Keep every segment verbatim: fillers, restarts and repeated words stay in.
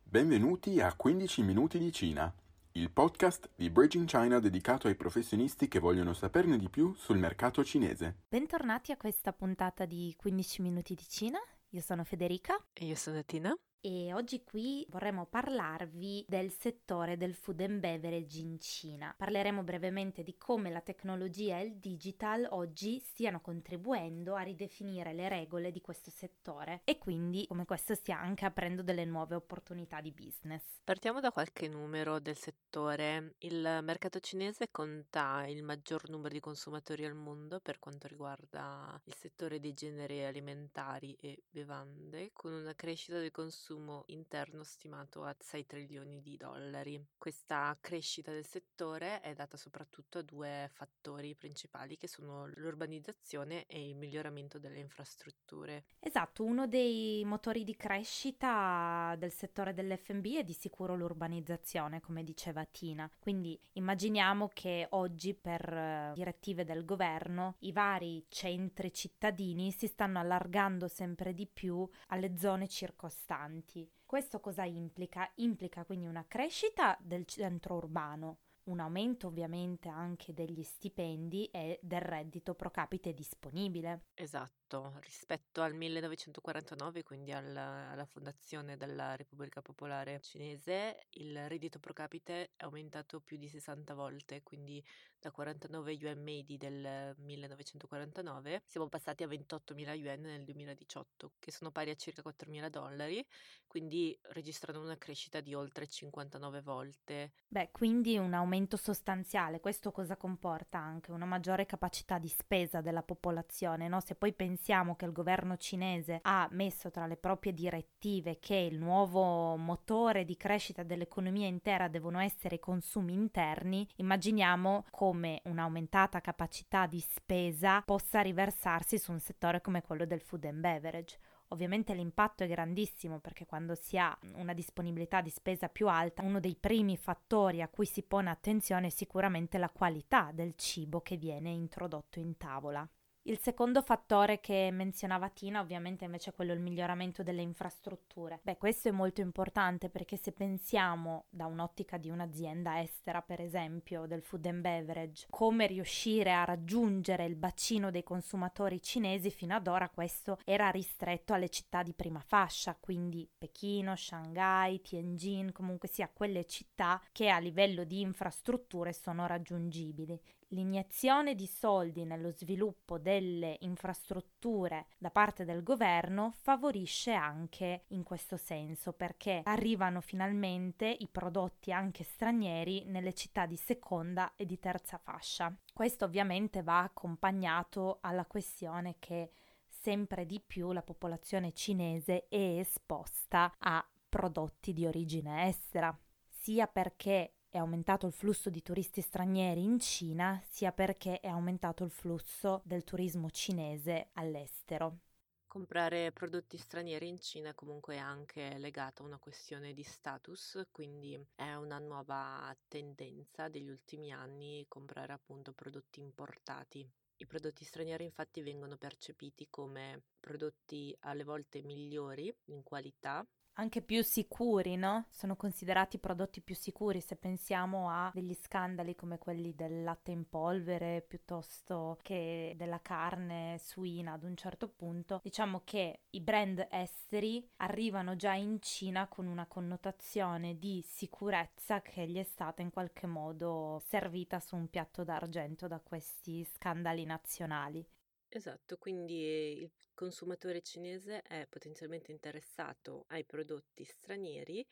Benvenuti a quindici minuti di Cina, il podcast di Bridging China dedicato ai professionisti che vogliono saperne di più sul mercato cinese. Bentornati a questa puntata di quindici minuti di Cina. Io sono Federica E io sono Tina. e oggi qui vorremmo parlarvi del settore del food and beverage in Cina. Parleremo brevemente di come la tecnologia e il digital oggi stiano contribuendo a ridefinire le regole di questo settore e quindi come questo stia anche aprendo delle nuove opportunità di business. Partiamo da qualche numero del settore. Il mercato cinese conta il maggior numero di consumatori al mondo per quanto riguarda il settore dei generi alimentari e bevande, con una crescita del consumo interno stimato a sei trilioni di dollari. Questa crescita del settore è data soprattutto a due fattori principali che sono l'urbanizzazione e il miglioramento delle infrastrutture. Esatto, uno dei motori di crescita del settore dell'F and B è di sicuro l'urbanizzazione, come diceva Tina. Quindi immaginiamo che oggi per eh, direttive del governo i vari centri cittadini si stanno allargando sempre di più alle zone circostanti. Questo cosa implica? Implica quindi una crescita del centro urbano, un aumento ovviamente anche degli stipendi e del reddito pro capite disponibile. Esatto, rispetto al millenovecentoquarantanove, quindi al- alla fondazione della Repubblica Popolare Cinese, il reddito pro capite è aumentato più di sessanta volte, quindi da quarantanove yuan medi del millenovecentoquarantanove siamo passati a ventottomila yuan nel duemiladiciotto, che sono pari a circa quattromila dollari, quindi registrano una crescita di oltre cinquantanove volte. Beh, quindi un aumento sostanziale, questo cosa comporta anche? Una maggiore capacità di spesa della popolazione, no? Se poi pensiamo che il governo cinese ha messo tra le proprie direttive che il nuovo motore di crescita dell'economia intera devono essere i consumi interni, immaginiamo come un'aumentata capacità di spesa possa riversarsi su un settore come quello del food and beverage. Ovviamente l'impatto è grandissimo perché quando si ha una disponibilità di spesa più alta, uno dei primi fattori a cui si pone attenzione è sicuramente la qualità del cibo che viene introdotto in tavola. Il secondo fattore che menzionava Tina ovviamente invece è quello il miglioramento delle infrastrutture. Beh, questo è molto importante perché se pensiamo da un'ottica di un'azienda estera, per esempio, del food and beverage, come riuscire a raggiungere il bacino dei consumatori cinesi, fino ad ora questo era ristretto alle città di prima fascia, quindi Pechino, Shanghai, Tianjin, comunque sia quelle città che a livello di infrastrutture sono raggiungibili. L'iniezione di soldi nello sviluppo delle infrastrutture da parte del governo favorisce anche in questo senso perché arrivano finalmente i prodotti anche stranieri nelle città di seconda e di terza fascia. Questo ovviamente va accompagnato alla questione che sempre di più la popolazione cinese è esposta a prodotti di origine estera, sia perché è aumentato il flusso di turisti stranieri in Cina, sia perché è aumentato il flusso del turismo cinese all'estero. Comprare prodotti stranieri in Cina comunque è anche legato a una questione di status, quindi è una nuova tendenza degli ultimi anni comprare appunto prodotti importati. I prodotti stranieri infatti vengono percepiti come prodotti alle volte migliori in qualità. Anche più sicuri, no? Sono considerati prodotti più sicuri se pensiamo a degli scandali come quelli del latte in polvere piuttosto che della carne suina ad un certo punto. Diciamo che i brand esteri arrivano già in Cina con una connotazione di sicurezza che gli è stata in qualche modo servita su un piatto d'argento da questi scandali nazionali. Esatto, quindi il consumatore cinese è potenzialmente interessato ai prodotti stranieri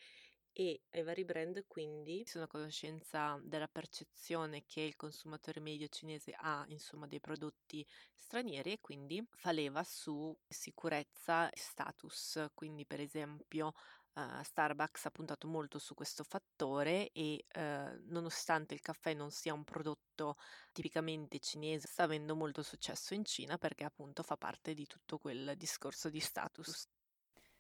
e ai vari brand, quindi sono a conoscenza della percezione che il consumatore medio cinese ha, insomma, dei prodotti stranieri e quindi fa leva su sicurezza e status. Quindi, per esempio, eh, Starbucks ha puntato molto su questo fattore e eh, nonostante il caffè non sia un prodotto tipicamente cinese, sta avendo molto successo in Cina perché appunto fa parte di tutto quel discorso di status.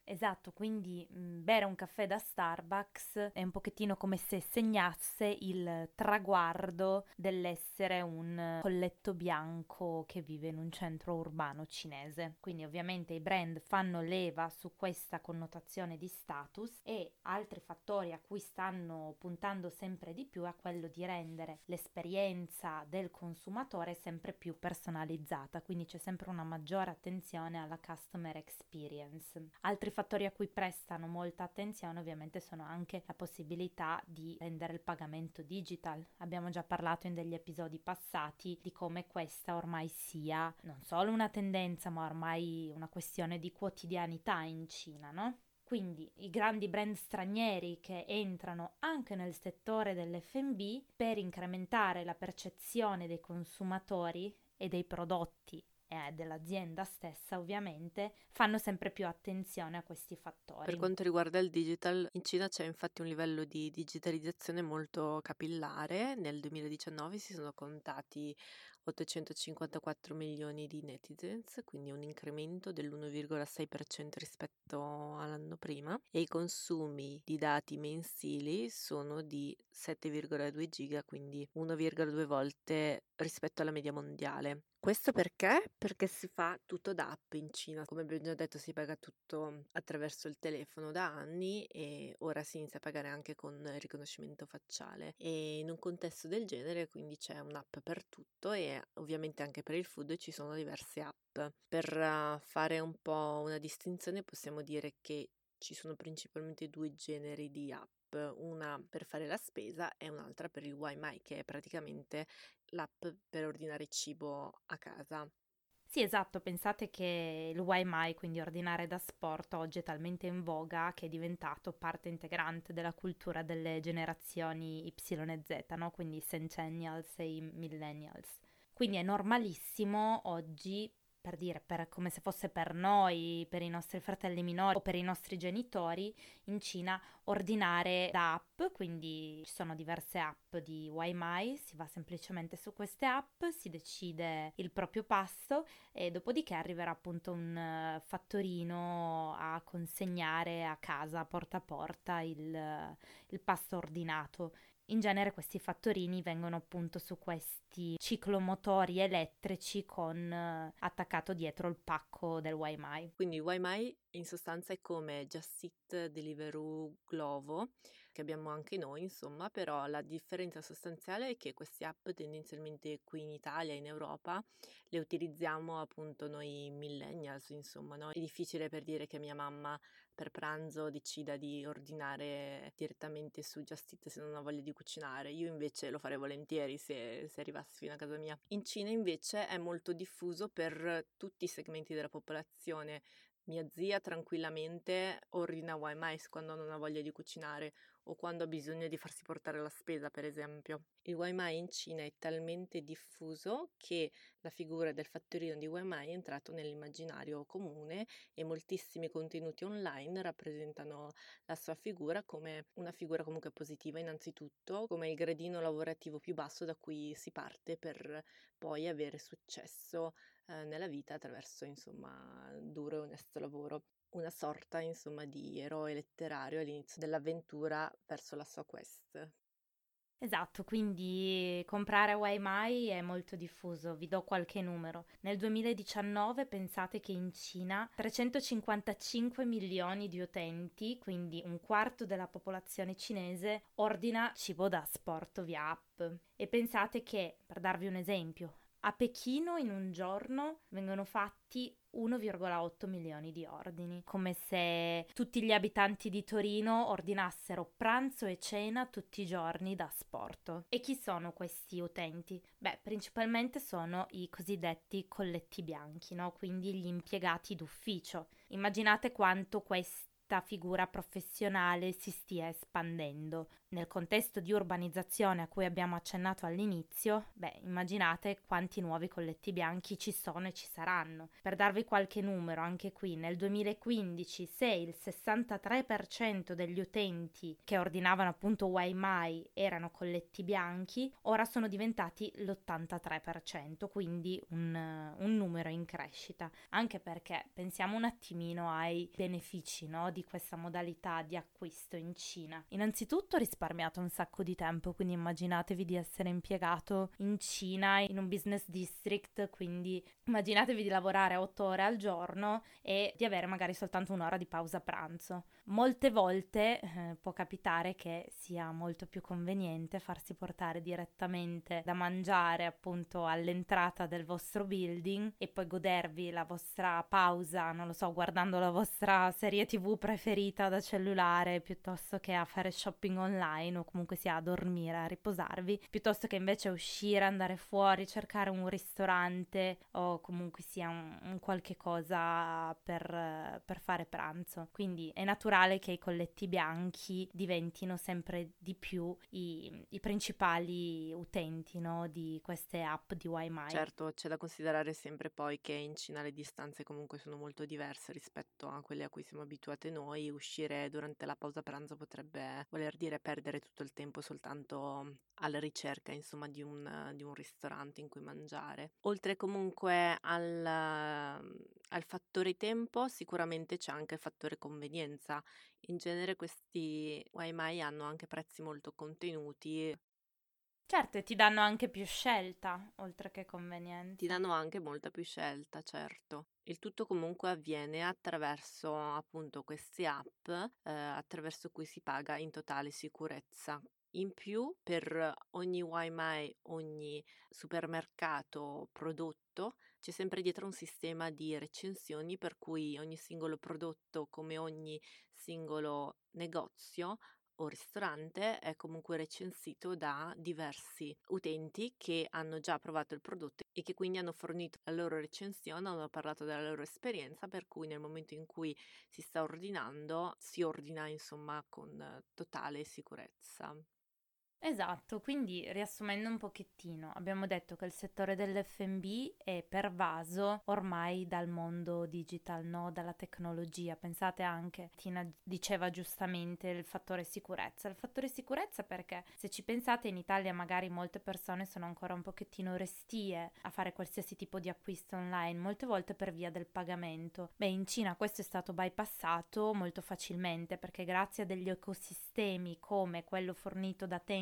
Esatto, quindi mh, bere un caffè da Starbucks è un pochettino come se segnasse il traguardo dell'essere un colletto bianco che vive in un centro urbano cinese. Quindi ovviamente i brand fanno leva su questa connotazione di status, e altri fattori a cui stanno puntando sempre di più è quello di rendere l'esperienza del consumatore sempre più personalizzata, quindi c'è sempre una maggiore attenzione alla customer experience. Altri fattori a cui prestano molta attenzione ovviamente sono anche la possibilità di rendere il pagamento digital. Abbiamo già parlato in degli episodi passati di come questa ormai sia non solo una tendenza, ma ormai una questione di quotidianità in Cina, no? Quindi i grandi brand stranieri che entrano anche nel settore dell'F and B per incrementare la percezione dei consumatori e dei prodotti e dell'azienda stessa, ovviamente, fanno sempre più attenzione a questi fattori. Per quanto riguarda il digital, in Cina c'è infatti un livello di digitalizzazione molto capillare. Nel duemiladiciannove si sono contati ottocentocinquantaquattro milioni di netizens, quindi un incremento dell'uno virgola sei per cento rispetto all'anno prima, e i consumi di dati mensili sono di sette virgola due giga, quindi uno virgola due volte rispetto alla media mondiale. Questo perché? Perché si fa tutto da app in Cina. Come abbiamo già detto, si paga tutto attraverso il telefono da anni e ora si inizia a pagare anche con il riconoscimento facciale. E in un contesto del genere, quindi c'è un'app per tutto, e ovviamente anche per il food ci sono diverse app. Per uh, fare un po' una distinzione possiamo dire che ci sono principalmente due generi di app. Una per fare la spesa e un'altra per il Waimai, che è praticamente l'app per ordinare cibo a casa. Sì, esatto, pensate che il Waimai, quindi ordinare da sport, oggi è talmente in voga che è diventato parte integrante della cultura delle generazioni Y e Z, no? Quindi i centennials e i millennials. Quindi è normalissimo oggi, per dire, per, come se fosse per noi, per i nostri fratelli minori o per i nostri genitori, in Cina ordinare da app, quindi ci sono diverse app di Waimai, si va semplicemente su queste app, si decide il proprio pasto e dopodiché arriverà appunto un uh, fattorino a consegnare a casa, porta a porta, il, uh, il pasto ordinato. In genere questi fattorini vengono appunto su questi ciclomotori elettrici con uh, attaccato dietro il pacco del Waimai. Quindi Waimai in sostanza è come Just Eat, Deliveroo, Glovo, che abbiamo anche noi, insomma, però la differenza sostanziale è che queste app tendenzialmente qui in Italia, in Europa, le utilizziamo appunto noi millennials, insomma, no? È difficile per dire che mia mamma per pranzo decida di ordinare direttamente su Just Eat se non ha voglia di cucinare. Io invece lo farei volentieri se, se arrivassi fino a casa mia. In Cina invece è molto diffuso per tutti i segmenti della popolazione. Mia zia tranquillamente ordina Waimai quando non ha voglia di cucinare o quando ha bisogno di farsi portare la spesa, per esempio. Il Waimai in Cina è talmente diffuso che la figura del fattorino di Waimai è entrato nell'immaginario comune e moltissimi contenuti online rappresentano la sua figura come una figura comunque positiva innanzitutto, come il gradino lavorativo più basso da cui si parte per poi avere successo eh, nella vita attraverso insomma duro e onesto lavoro. Una sorta insomma di eroe letterario all'inizio dell'avventura verso la sua quest. Esatto, quindi comprare Waimai è molto diffuso, vi do qualche numero. Nel duemiladiciannove pensate che in Cina trecentocinquantacinque milioni di utenti, quindi un quarto della popolazione cinese, ordina cibo da asporto via app. E pensate che, per darvi un esempio, a Pechino in un giorno vengono fatti uno virgola otto milioni di ordini, come se tutti gli abitanti di Torino ordinassero pranzo e cena tutti i giorni da asporto. E chi sono questi utenti? Beh, principalmente sono i cosiddetti colletti bianchi, no? Quindi gli impiegati d'ufficio. Immaginate quanto questa figura professionale si stia espandendo. nel contesto di urbanizzazione a cui abbiamo accennato all'inizio, beh, immaginate quanti nuovi colletti bianchi ci sono e ci saranno. Per darvi qualche numero, anche qui, nel duemilaquindici, se il sessantatré per cento degli utenti che ordinavano appunto Waimai erano colletti bianchi, ora sono diventati l'ottantatré per cento, quindi un, un numero in crescita. Anche perché pensiamo un attimino ai benefici, no, di questa modalità di acquisto in Cina. Innanzitutto rispetto risparmiato un sacco di tempo, quindi immaginatevi di essere impiegato in Cina in un business district, quindi immaginatevi di lavorare otto ore al giorno e di avere magari soltanto un'ora di pausa pranzo. Molte volte eh, può capitare che sia molto più conveniente farsi portare direttamente da mangiare appunto all'entrata del vostro building e poi godervi la vostra pausa, non lo so, guardando la vostra serie tv preferita da cellulare, piuttosto che a fare shopping online o comunque sia a dormire, a riposarvi, piuttosto che invece uscire, andare fuori, cercare un ristorante o comunque sia un, un qualche cosa per, per fare pranzo. Quindi è naturale che i colletti bianchi diventino sempre di più i, i principali utenti, no, di queste app di Waimai. Certo, c'è da considerare sempre poi che in Cina le distanze comunque sono molto diverse rispetto a quelle a cui siamo abituate noi. Uscire durante la pausa pranzo potrebbe voler dire perdere tutto il tempo soltanto alla ricerca, insomma, di un, di un ristorante in cui mangiare. Oltre comunque al, al fattore tempo, sicuramente c'è anche il fattore convenienza. In genere questi Waimai hanno anche prezzi molto contenuti. Certo, e ti danno anche più scelta, oltre che convenienza. Ti danno anche molta più scelta, certo. Il tutto comunque avviene attraverso appunto queste app, eh, attraverso cui si paga in totale sicurezza. In più, per ogni Waimai, ogni supermercato prodotto, c'è sempre dietro un sistema di recensioni per cui ogni singolo prodotto, come ogni singolo negozio o ristorante, è comunque recensito da diversi utenti che hanno già provato il prodotto e che quindi hanno fornito la loro recensione, hanno parlato della loro esperienza, per cui nel momento in cui si sta ordinando si ordina insomma con totale sicurezza. Esatto, quindi riassumendo un pochettino, abbiamo detto che il settore dell'F and B è pervaso ormai dal mondo digital, no? Dalla tecnologia. Pensate anche, Tina diceva giustamente il fattore sicurezza. Il fattore sicurezza perché se ci pensate in Italia magari molte persone sono ancora un pochettino restie a fare qualsiasi tipo di acquisto online, molte volte per via del pagamento. Beh, in Cina questo è stato bypassato molto facilmente perché grazie a degli ecosistemi come quello fornito da Tencent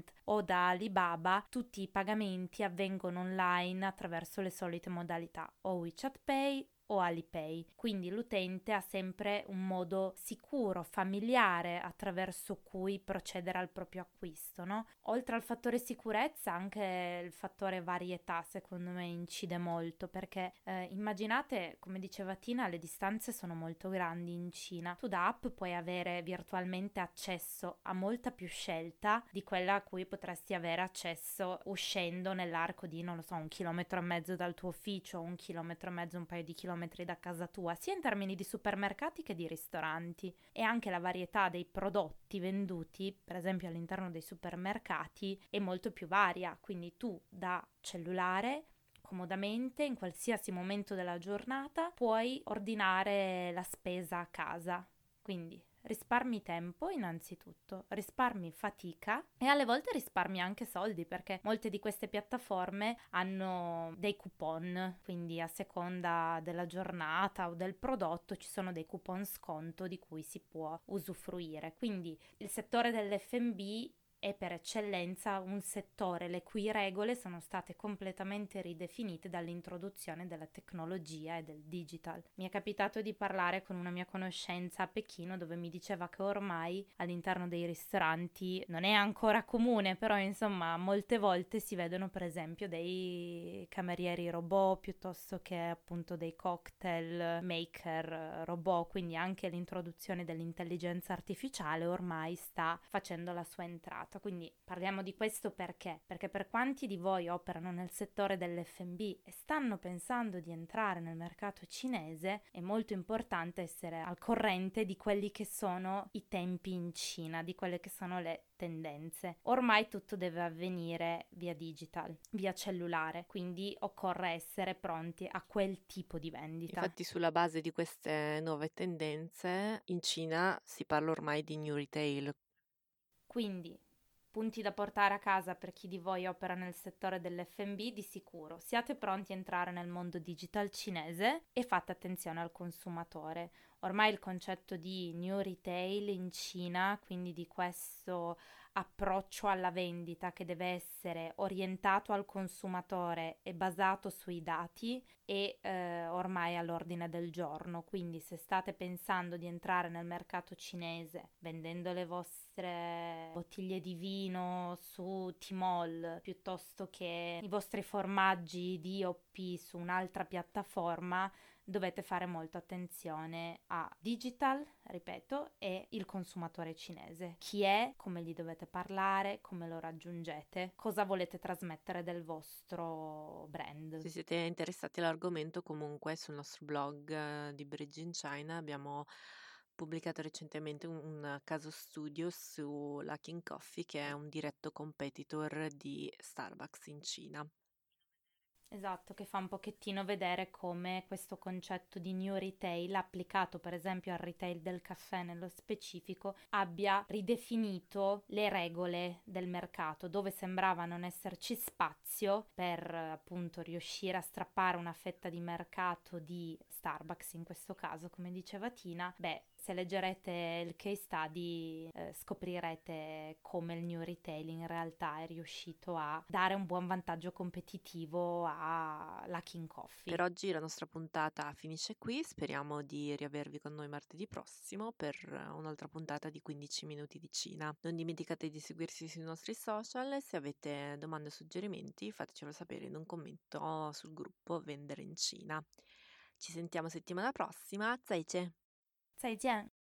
o da Alibaba, tutti i pagamenti avvengono online attraverso le solite modalità o WeChat Pay o Alipay, quindi l'utente ha sempre un modo sicuro, familiare attraverso cui procedere al proprio acquisto, no? Oltre al fattore sicurezza anche il fattore varietà secondo me incide molto perché eh, immaginate, come diceva Tina, le distanze sono molto grandi in Cina, tu da app puoi avere virtualmente accesso a molta più scelta di quella a cui potresti avere accesso uscendo nell'arco di, non lo so, un chilometro e mezzo dal tuo ufficio, un chilometro e mezzo, un paio di chilometri da casa tua, sia in termini di supermercati che di ristoranti. E anche la varietà dei prodotti venduti, per esempio all'interno dei supermercati, è molto più varia, quindi tu da cellulare comodamente in qualsiasi momento della giornata puoi ordinare la spesa a casa, quindi risparmi tempo innanzitutto, risparmi fatica e alle volte risparmi anche soldi perché molte di queste piattaforme hanno dei coupon, quindi a seconda della giornata o del prodotto ci sono dei coupon sconto di cui si può usufruire. Quindi il settore dell'F and B è per eccellenza un settore le cui regole sono state completamente ridefinite dall'introduzione della tecnologia e del digital. Mi è capitato di parlare con una mia conoscenza a Pechino dove mi diceva che ormai all'interno dei ristoranti non è ancora comune, però insomma molte volte si vedono per esempio dei camerieri robot piuttosto che appunto dei cocktail maker robot, quindi anche l'introduzione dell'intelligenza artificiale ormai sta facendo la sua entrata. Esatto, quindi parliamo di questo perché? Perché per quanti di voi operano nel settore dell'F and B e stanno pensando di entrare nel mercato cinese, è molto importante essere al corrente di quelli che sono i tempi in Cina, di quelle che sono le tendenze. Ormai tutto deve avvenire via digital, via cellulare, quindi occorre essere pronti a quel tipo di vendita. Infatti, sulla base di queste nuove tendenze, in Cina si parla ormai di new retail. Quindi, punti da portare a casa per chi di voi opera nel settore dell'F and B, di sicuro. Siate pronti a entrare nel mondo digital cinese e fate attenzione al consumatore. Ormai il concetto di new retail in Cina, quindi di questo approccio alla vendita che deve essere orientato al consumatore e basato sui dati, è eh, ormai all'ordine del giorno. Quindi se state pensando di entrare nel mercato cinese vendendo le vostre bottiglie di vino su Tmall piuttosto che i vostri formaggi D O P su un'altra piattaforma, dovete fare molta attenzione a digital, ripeto, e il consumatore cinese. Chi è, come gli dovete parlare, come lo raggiungete, cosa volete trasmettere del vostro brand. Se siete interessati all'argomento, comunque sul nostro blog eh, di Bridging China abbiamo pubblicato recentemente un, un caso studio su Luckin Coffee, che è un diretto competitor di Starbucks in Cina. Esatto, che fa un pochettino vedere come questo concetto di new retail, applicato per esempio al retail del caffè nello specifico, abbia ridefinito le regole del mercato, dove sembrava non esserci spazio per appunto riuscire a strappare una fetta di mercato di Starbucks in questo caso, come diceva Tina. Beh, se leggerete il case study eh, scoprirete come il new retail in realtà è riuscito a dare un buon vantaggio competitivo a Luckin Coffee. Per oggi la nostra puntata finisce qui, speriamo di riavervi con noi martedì prossimo per un'altra puntata di quindici minuti di Cina. Non dimenticate di seguirci sui nostri social e se avete domande o suggerimenti fatecelo sapere in un commento sul gruppo Vendere in Cina. Ci sentiamo settimana prossima, 再见! 再见!